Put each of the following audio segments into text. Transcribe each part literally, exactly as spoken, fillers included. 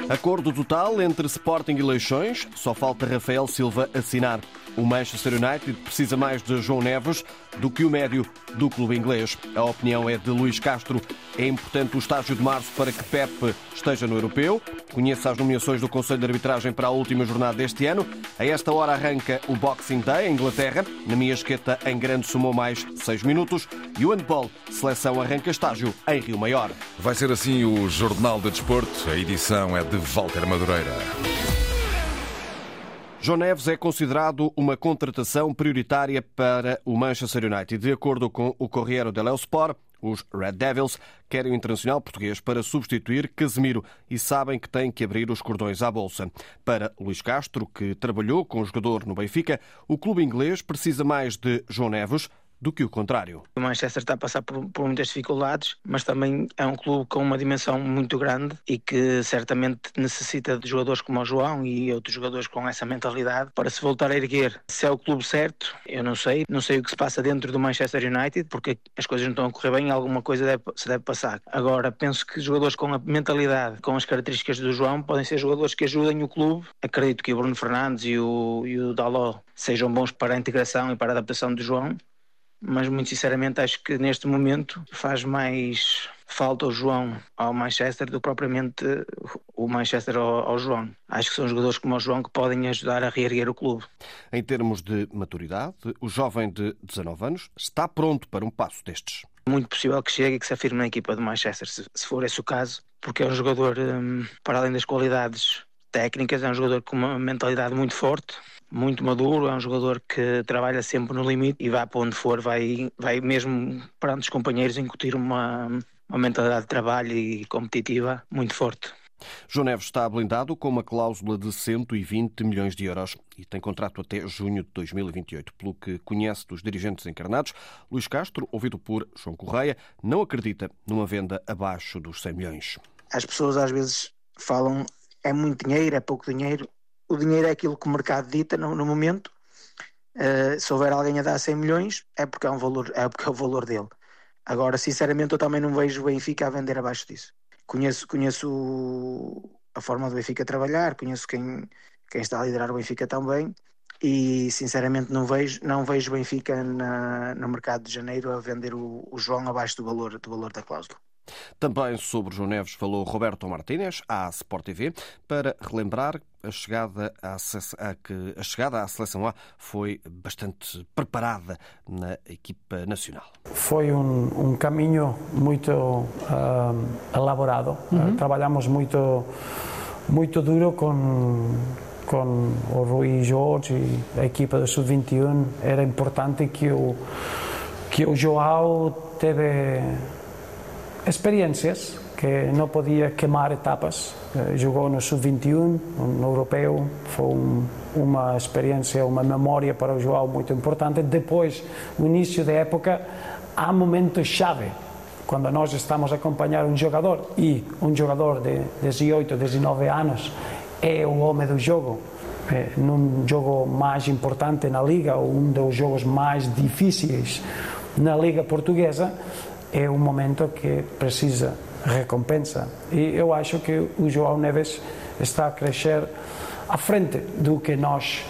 Acordo total entre Sporting e Leixões. Só falta Rafael Silva assinar. O Manchester United precisa mais de João Neves do que o médio do clube inglês. A opinião é de Luís Castro. É importante o estágio de março para que Pep esteja no Europeu. Conheça as nomeações do Conselho de Arbitragem para a última jornada deste ano. A esta hora arranca o Boxing Day em Inglaterra. Na minha esqueta, em grande, somou mais seis minutos. E o handball, seleção arranca estágio em Rio Maior. Vai ser assim o Jornal de Desporto. A edição é de Walter Madureira. João Neves é considerado uma contratação prioritária para o Manchester United. De acordo com o Corriere dello Sport, os Red Devils querem o internacional português para substituir Casemiro e sabem que têm que abrir os cordões à bolsa. Para Luís Castro, que trabalhou com o jogador no Benfica, o clube inglês precisa mais de João Neves do que o contrário. O Manchester está a passar por, por muitas dificuldades, mas também é um clube com uma dimensão muito grande e que certamente necessita de jogadores como o João e outros jogadores com essa mentalidade para se voltar a erguer. Se é o clube certo, eu não sei. Não sei o que se passa dentro do Manchester United, porque as coisas não estão a correr bem, alguma coisa deve, se deve passar. Agora, penso que jogadores com a mentalidade, com as características do João, podem ser jogadores que ajudem o clube. Acredito que o Bruno Fernandes e o, e o Dalot sejam bons para a integração e para a adaptação do João. Mas muito sinceramente acho que neste momento faz mais falta o João ao Manchester do que propriamente o Manchester ao, ao João. Acho que são jogadores como o João que podem ajudar a reerguer o clube. Em termos de maturidade, o jovem de dezanove anos está pronto para um passo destes. Muito possível que chegue e que se afirme na equipa do Manchester, se, se for esse o caso, porque é um jogador, hum, para além das qualidades técnicas, é um jogador com uma mentalidade muito forte, muito maduro, é um jogador que trabalha sempre no limite e vai para onde for, vai, vai mesmo perante os companheiros incutir uma, uma mentalidade de trabalho e competitiva muito forte. João Neves está blindado com uma cláusula de cento e vinte milhões de euros e tem contrato até junho de dois mil e vinte e oito. Pelo que conhece dos dirigentes encarnados, Luís Castro, ouvido por João Correia, não acredita numa venda abaixo dos cem milhões. As pessoas às vezes falam é muito dinheiro, é pouco dinheiro. O dinheiro é aquilo que o mercado dita no, no momento. Uh, se houver alguém a dar cem milhões, é porque é, um valor, é porque é o valor dele. Agora, sinceramente, eu também não vejo o Benfica a vender abaixo disso. Conheço, conheço o, a forma do Benfica trabalhar, conheço quem, quem está a liderar o Benfica também e, sinceramente, não vejo, não vejo o Benfica na, no mercado de janeiro a vender o, o João abaixo do valor, do valor da cláusula. Também sobre João Neves falou Roberto Martínez, à Sport T V, para relembrar a chegada à, a que a chegada à Seleção A foi bastante preparada na equipa nacional. Foi um, um caminho muito uh, elaborado. Uhum. Uh, trabalhamos muito, muito duro com, com o Rui Jorge e a equipa do sub vinte e um. Era importante que o, que o João teve experiências, que não podia queimar etapas. Jogou no sub vinte e um, no europeu, foi um, uma experiência, uma memória para o João muito importante. Depois, no início da época, há momentos-chave, quando nós estamos a acompanhar um jogador e um jogador de dezoito, dezenove anos é o homem do jogo, é, num jogo mais importante na Liga, ou um dos jogos mais difíceis na Liga Portuguesa, é um momento que precisa recompensa. E eu acho que o João Neves está a crescer à frente do que nós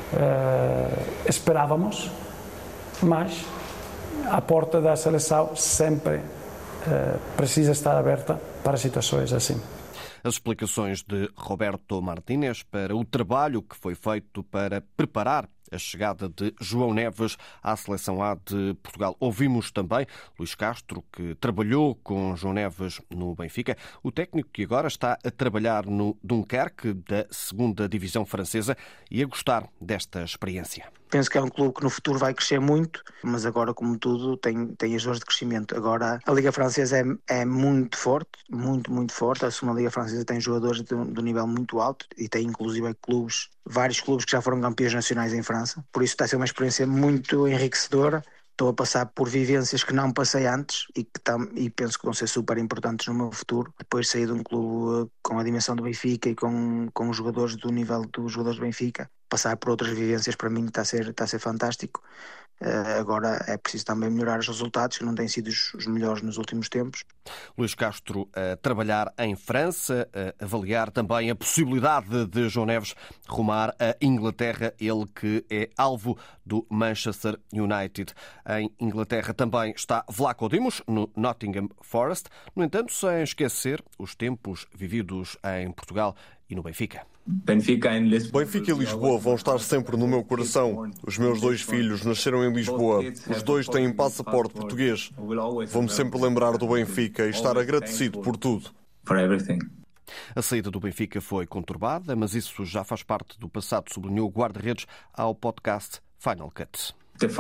uh, esperávamos, mas a porta da seleção sempre uh, precisa estar aberta para situações assim. As explicações de Roberto Martínez para o trabalho que foi feito para preparar a chegada de João Neves à Seleção A de Portugal. Ouvimos também Luís Castro, que trabalhou com João Neves no Benfica, o técnico que agora está a trabalhar no Dunkerque, da segunda Divisão Francesa, e a gostar desta experiência. Penso que é um clube que no futuro vai crescer muito, mas agora, como tudo, tem, tem as dores de crescimento. Agora, a Liga Francesa é, é muito forte, muito, muito forte. A segunda Liga Francesa tem jogadores de, de nível muito alto e tem, inclusive, clubes, vários clubes que já foram campeões nacionais em França. Por isso está a ser uma experiência muito enriquecedora. Estou a passar por vivências que não passei antes e, que tam, e penso que vão ser super importantes no meu futuro. Depois de sair de um clube com a dimensão do Benfica e com, com os jogadores do nível dos jogadores do Benfica, passar por outras vivências para mim está a ser, está a ser fantástico. Agora é preciso também melhorar os resultados, que não têm sido os melhores nos últimos tempos. Luís Castro a trabalhar em França, a avaliar também a possibilidade de João Neves rumar a Inglaterra, ele que é alvo do Manchester United. Em Inglaterra também está Vlaco Dimos, no Nottingham Forest, no entanto, sem esquecer os tempos vividos em Portugal e no Benfica. Benfica e Lisboa vão estar sempre no meu coração. Os meus dois filhos nasceram em Lisboa. Os dois têm passaporte português. Vou-me sempre lembrar do Benfica e estar agradecido por tudo. A saída do Benfica foi conturbada, mas isso já faz parte do passado, sublinhou o guarda-redes ao podcast Final Cut.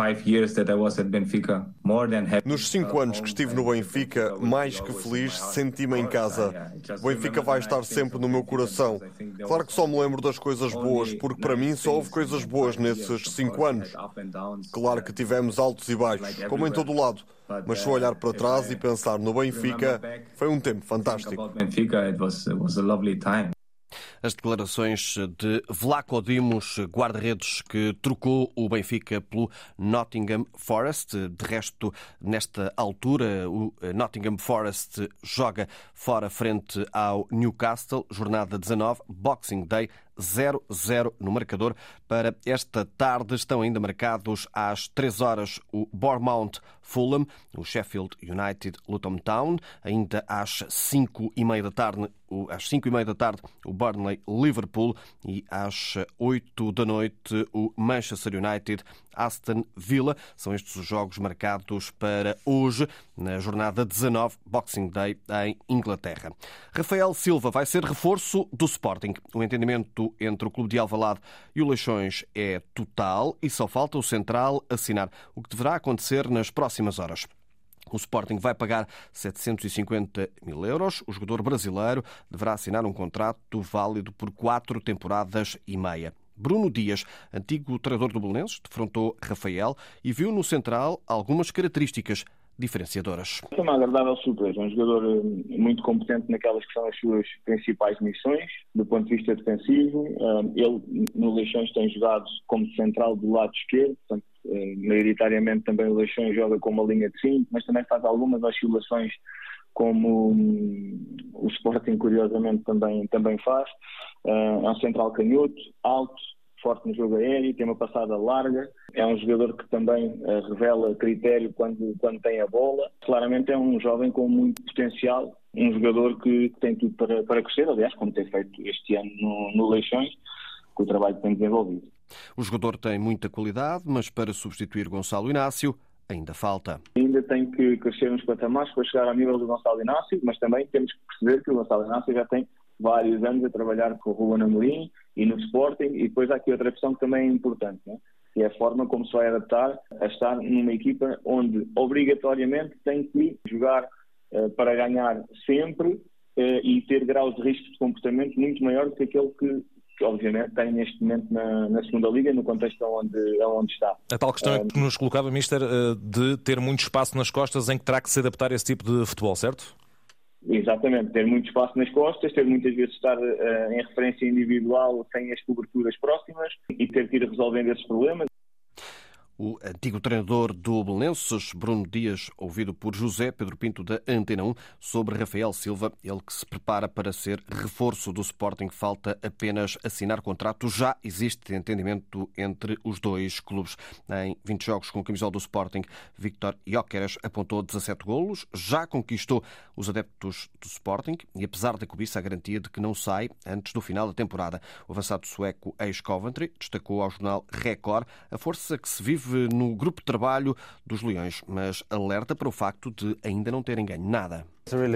Nos cinco anos que estive no Benfica, mais que feliz, senti-me em casa. O Benfica vai estar sempre no meu coração. Claro que só me lembro das coisas boas, porque para mim só houve coisas boas nesses cinco anos. Claro que tivemos altos e baixos, como em todo o lado. Mas se olhar para trás e pensar no Benfica, foi um tempo fantástico. As declarações de Vlaco Dimos, guarda-redes que trocou o Benfica pelo Nottingham Forest. De resto, nesta altura, o Nottingham Forest joga fora frente ao Newcastle, jornada dezanove, Boxing Day, zero a zero no marcador. Para esta tarde estão ainda marcados às três horas o Bournemouth Fulham, o Sheffield United Luton Town, ainda às cinco e meia da tarde, às cinco e meia da tarde o Burnley Liverpool e às oito da noite o Manchester United Aston Villa. São estes os jogos marcados para hoje, na jornada dezanove, Boxing Day, em Inglaterra. Rafael Silva vai ser reforço do Sporting. O entendimento entre o Clube de Alvalade e o Leixões é total e só falta o central assinar, o que deverá acontecer nas próximas horas. O Sporting vai pagar setecentos e cinquenta mil euros. O jogador brasileiro deverá assinar um contrato válido por quatro temporadas e meia. Bruno Dias, antigo treinador do Belenenses, defrontou Rafael e viu no central algumas características diferenciadoras. É uma agradável surpresa, um jogador muito competente naquelas que são as suas principais missões, do ponto de vista defensivo. Ele, no Leixões, tem jogado como central do lado esquerdo, portanto, maioritariamente também o Leixões joga com uma linha de cinco, mas também faz algumas oscilações como o Sporting, curiosamente, também, também faz. É um central canhoto, alto, forte no jogo aéreo, tem uma passada larga, é um jogador que também uh, revela critério quando, quando tem a bola. Claramente é um jovem com muito potencial, um jogador que tem tudo para, para crescer, aliás, como tem feito este ano no, no Leixões, com o trabalho que tem desenvolvido. O jogador tem muita qualidade, mas para substituir Gonçalo Inácio ainda falta. Ainda tem que crescer nos patamares para chegar ao nível do Gonçalo Inácio, mas também temos que perceber que o Gonçalo Inácio já tem vários anos a trabalhar com o Ruben Amorim e no Sporting, e depois há aqui outra questão que também é importante, né? Que é a forma como se vai adaptar a estar numa equipa onde obrigatoriamente tem que jogar uh, para ganhar sempre uh, e ter graus de risco de comportamento muito maior do que aquele que, que obviamente tem neste momento na, na segunda Liga, no contexto onde, onde está. A tal questão é que nos colocava, Mister, uh, de ter muito espaço nas costas em que terá que se adaptar a esse tipo de futebol, certo? Exatamente, ter muito espaço nas costas, ter muitas vezes estar uh, em referência individual sem as coberturas próximas e ter que ir resolvendo esses problemas. O antigo treinador do Belenenses, Bruno Dias, ouvido por José Pedro Pinto da Antena um, sobre Rafael Silva, ele que se prepara para ser reforço do Sporting. Falta apenas assinar contrato. Já existe entendimento entre os dois clubes. Em vinte jogos com a camisola do Sporting, Victor Gyökeres apontou dezassete golos, já conquistou os adeptos do Sporting e, apesar da cobiça, a garantia de que não sai antes do final da temporada. O avançado sueco ex-Coventry destacou ao jornal Record a força que se vive no grupo de trabalho dos Leões, mas alerta para o facto de ainda não terem ganho nada.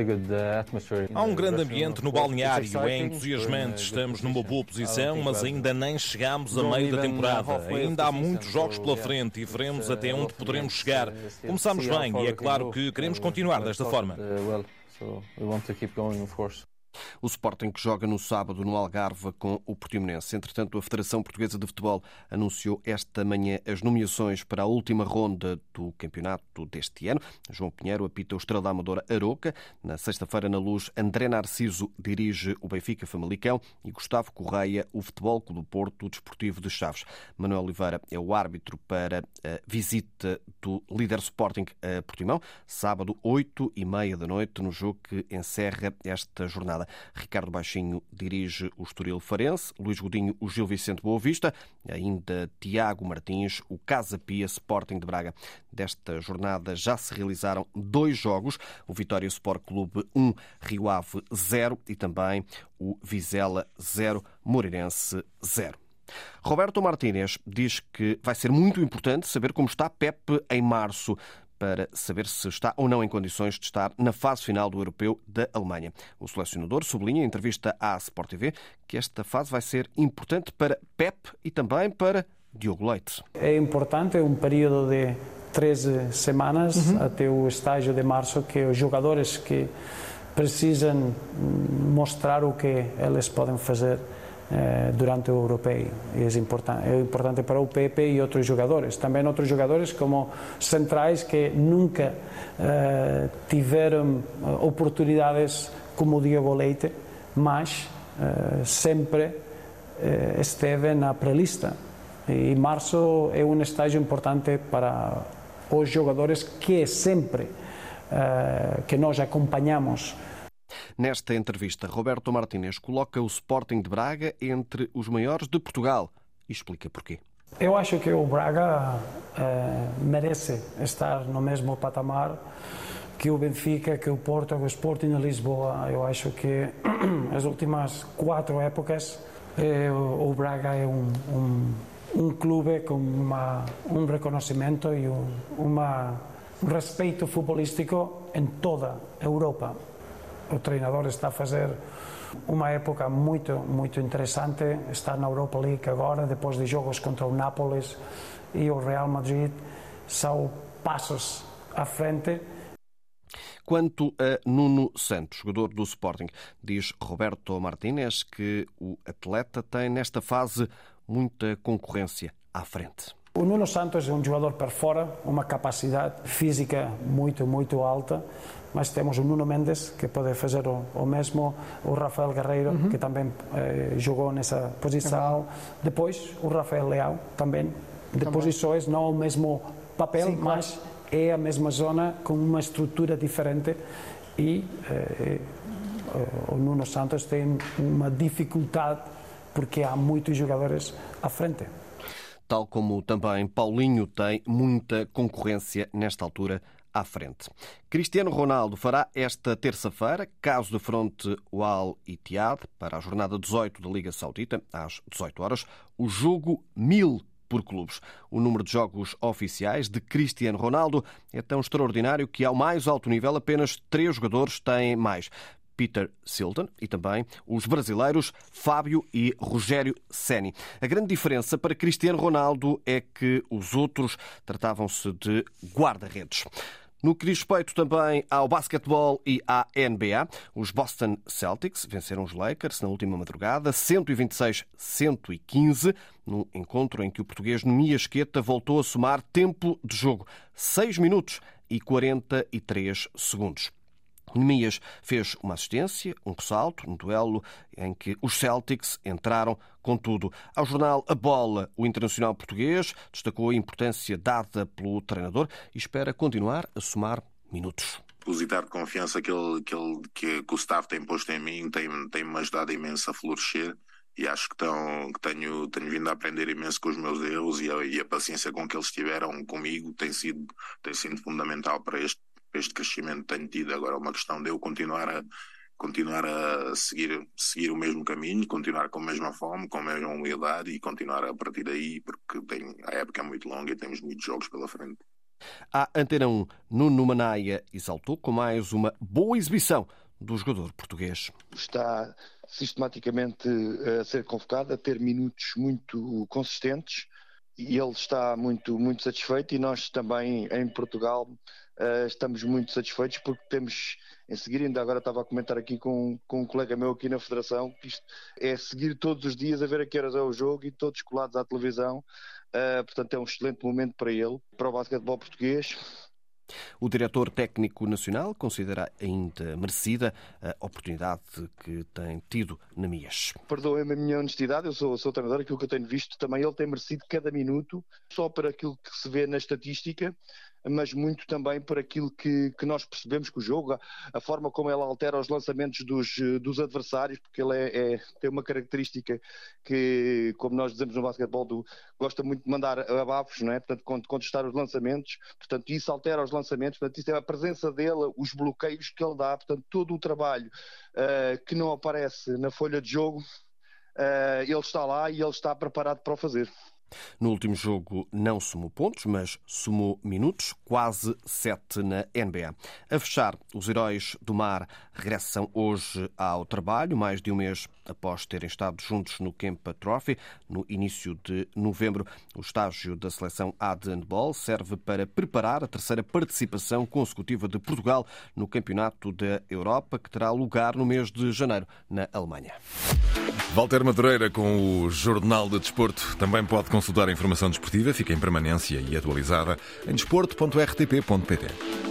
Há um grande ambiente no balneário, é entusiasmante, estamos numa boa posição, mas ainda nem chegámos a meio da temporada. Ainda há muitos jogos pela frente e veremos até onde poderemos chegar. Começamos bem e é claro que queremos continuar desta forma. O Sporting que joga no sábado no Algarve com o Portimonense. Entretanto, a Federação Portuguesa de Futebol anunciou esta manhã as nomeações para a última ronda do campeonato deste ano. João Pinheiro apita o Estrela da Amadora Aroca. Na sexta-feira, na Luz, André Narciso dirige o Benfica Famalicão e Gustavo Correia o Futebol Clube do Porto, o Desportivo de Chaves. Manuel Oliveira é o árbitro para a visita do líder Sporting a Portimão, sábado, oito e meia da noite, no jogo que encerra esta jornada. Ricardo Baixinho dirige o Estoril Farense, Luís Godinho o Gil Vicente Boa Vista, ainda Tiago Martins o Casa Pia Sporting de Braga. Desta jornada já se realizaram dois jogos, o Vitória Sport Clube um, Rio Ave zero e também o Vizela zero, Moreirense zero. Roberto Martínez diz que vai ser muito importante saber como está Pep em março, para saber se está ou não em condições de estar na fase final do Europeu da Alemanha. O selecionador sublinha em entrevista à Sport T V que esta fase vai ser importante para Pep e também para Diogo Leite. É importante, é um período de treze semanas uhum. até o estágio de março, que os jogadores que precisam mostrar o que eles podem fazer durante o europeu. É importante, é importante para o Pepe e outros jogadores. Também outros jogadores como centrais que nunca uh, tiveram oportunidades como o Diogo Leite, mas uh, sempre uh, esteve na pré-lista. E março é um estágio importante para os jogadores que sempre uh, que nós acompanhamos. Nesta entrevista, Roberto Martínez coloca o Sporting de Braga entre os maiores de Portugal e explica porquê. Eu acho que o Braga uh, merece estar no mesmo patamar que o Benfica, que o Porto, que o Sporting de Lisboa. Eu acho que as últimas quatro épocas eh, o Braga é um, um, um clube com uma, um reconhecimento e um, uma, um respeito futebolístico em toda a Europa. O treinador está a fazer uma época muito, muito interessante. Está na Europa League agora, depois de jogos contra o Nápoles e o Real Madrid. São passos à frente. Quanto a Nuno Santos, jogador do Sporting, diz Roberto Martínez que o atleta tem nesta fase muita concorrência à frente. O Nuno Santos é um jogador para fora, uma capacidade física muito, muito alta, mas temos o Nuno Mendes, que pode fazer o, o mesmo, o Rafael Guerreiro, uhum. que também eh, jogou nessa posição, uhum. depois o Rafael Leão, também, de também. posições, não o mesmo papel, Sim, mas claro. é a mesma zona, com uma estrutura diferente, e eh, o Nuno Santos tem uma dificuldade, porque há muitos jogadores à frente. Tal como também Paulinho tem muita concorrência nesta altura à frente. Cristiano Ronaldo fará esta terça-feira, caso defronte o Al Ittihad, para a jornada dezoito da Liga Saudita, às dezoito horas, o jogo mil por clubes. O número de jogos oficiais de Cristiano Ronaldo é tão extraordinário que, ao mais alto nível, apenas três jogadores têm mais. Peter Shilton e também os brasileiros Fábio e Rogério Ceni. A grande diferença para Cristiano Ronaldo é que os outros tratavam-se de guarda-redes. No que diz respeito também ao basquetebol e à N B A, os Boston Celtics venceram os Lakers na última madrugada, cento e vinte e seis a cento e quinze, num encontro em que o português Nemias Queta voltou a somar tempo de jogo, seis minutos e quarenta e três segundos. Nemias fez uma assistência, um ressalto, no duelo em que os Celtics entraram com tudo. Ao jornal A Bola, o internacional português destacou a importância dada pelo treinador e espera continuar a somar minutos. O depositar de confiança que, ele, que, ele, que, que o staff tem posto em mim tem-me tem ajudado imenso a florescer e acho que, tão, que tenho, tenho vindo a aprender imenso com os meus erros e a, e a paciência com que eles tiveram comigo tem sido, tem sido fundamental para este este crescimento que tenho tido. Agora é uma questão de eu continuar a, continuar a seguir, seguir o mesmo caminho, continuar com a mesma fome, com a mesma humildade e continuar a partir daí, porque tem, a época é muito longa e temos muitos jogos pela frente. A Antena um, Nuno Manaia exaltou com mais uma boa exibição do jogador português. Está sistematicamente a ser convocado, a ter minutos muito consistentes e ele está muito, muito satisfeito e nós também em Portugal uh, estamos muito satisfeitos porque temos em seguir, ainda agora estava a comentar aqui com, com um colega meu aqui na Federação, que isto é seguir todos os dias a ver a que horas é o jogo e todos colados à televisão, uh, portanto é um excelente momento para ele, para o basquetebol português. O diretor técnico nacional considera ainda merecida a oportunidade que tem tido na M I A S. Perdoem-me a minha honestidade, eu sou, sou treinador, aquilo que eu tenho visto também, ele tem merecido cada minuto, só por aquilo que se vê na estatística, mas muito também por aquilo que, que nós percebemos que o jogo, a, a forma como ele altera os lançamentos dos, dos adversários, porque ele é, é, tem uma característica que, como nós dizemos no basquetebol, do, gosta muito de mandar abafos, não é? Portanto, contestar os lançamentos, portanto, isso altera os lançamentos, portanto, isso é a presença dele, os bloqueios que ele dá, portanto, todo o trabalho uh, que não aparece na folha de jogo, uh, ele está lá e ele está preparado para o fazer. No último jogo não somou pontos, mas somou minutos, quase sete na N B A. A fechar, os Heróis do Mar regressam hoje ao trabalho, mais de um mês após terem estado juntos no Kempa Trophy. No início de novembro, o estágio da seleção A de handball serve para preparar a terceira participação consecutiva de Portugal no Campeonato da Europa, que terá lugar no mês de janeiro, na Alemanha. Walter Madureira com o Jornal de Desporto. Também pode consultar a informação desportiva, fica em permanência e atualizada em desporto ponto r t p ponto p t.